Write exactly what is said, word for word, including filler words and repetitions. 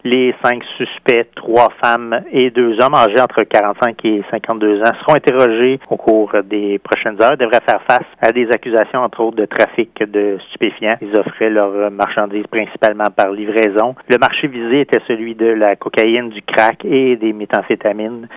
Les cinq suspects, trois femmes et deux hommes âgés entre quarante-cinq et cinquante-deux ans, seront interrogés au cours des prochaines heures. Ils devraient faire face à des accusations, entre autres, de trafic de stupéfiants. Ils offraient leurs marchandises principalement par livraison. Le marché visé était celui de la cocaïne, du crack et des méthamphétamines.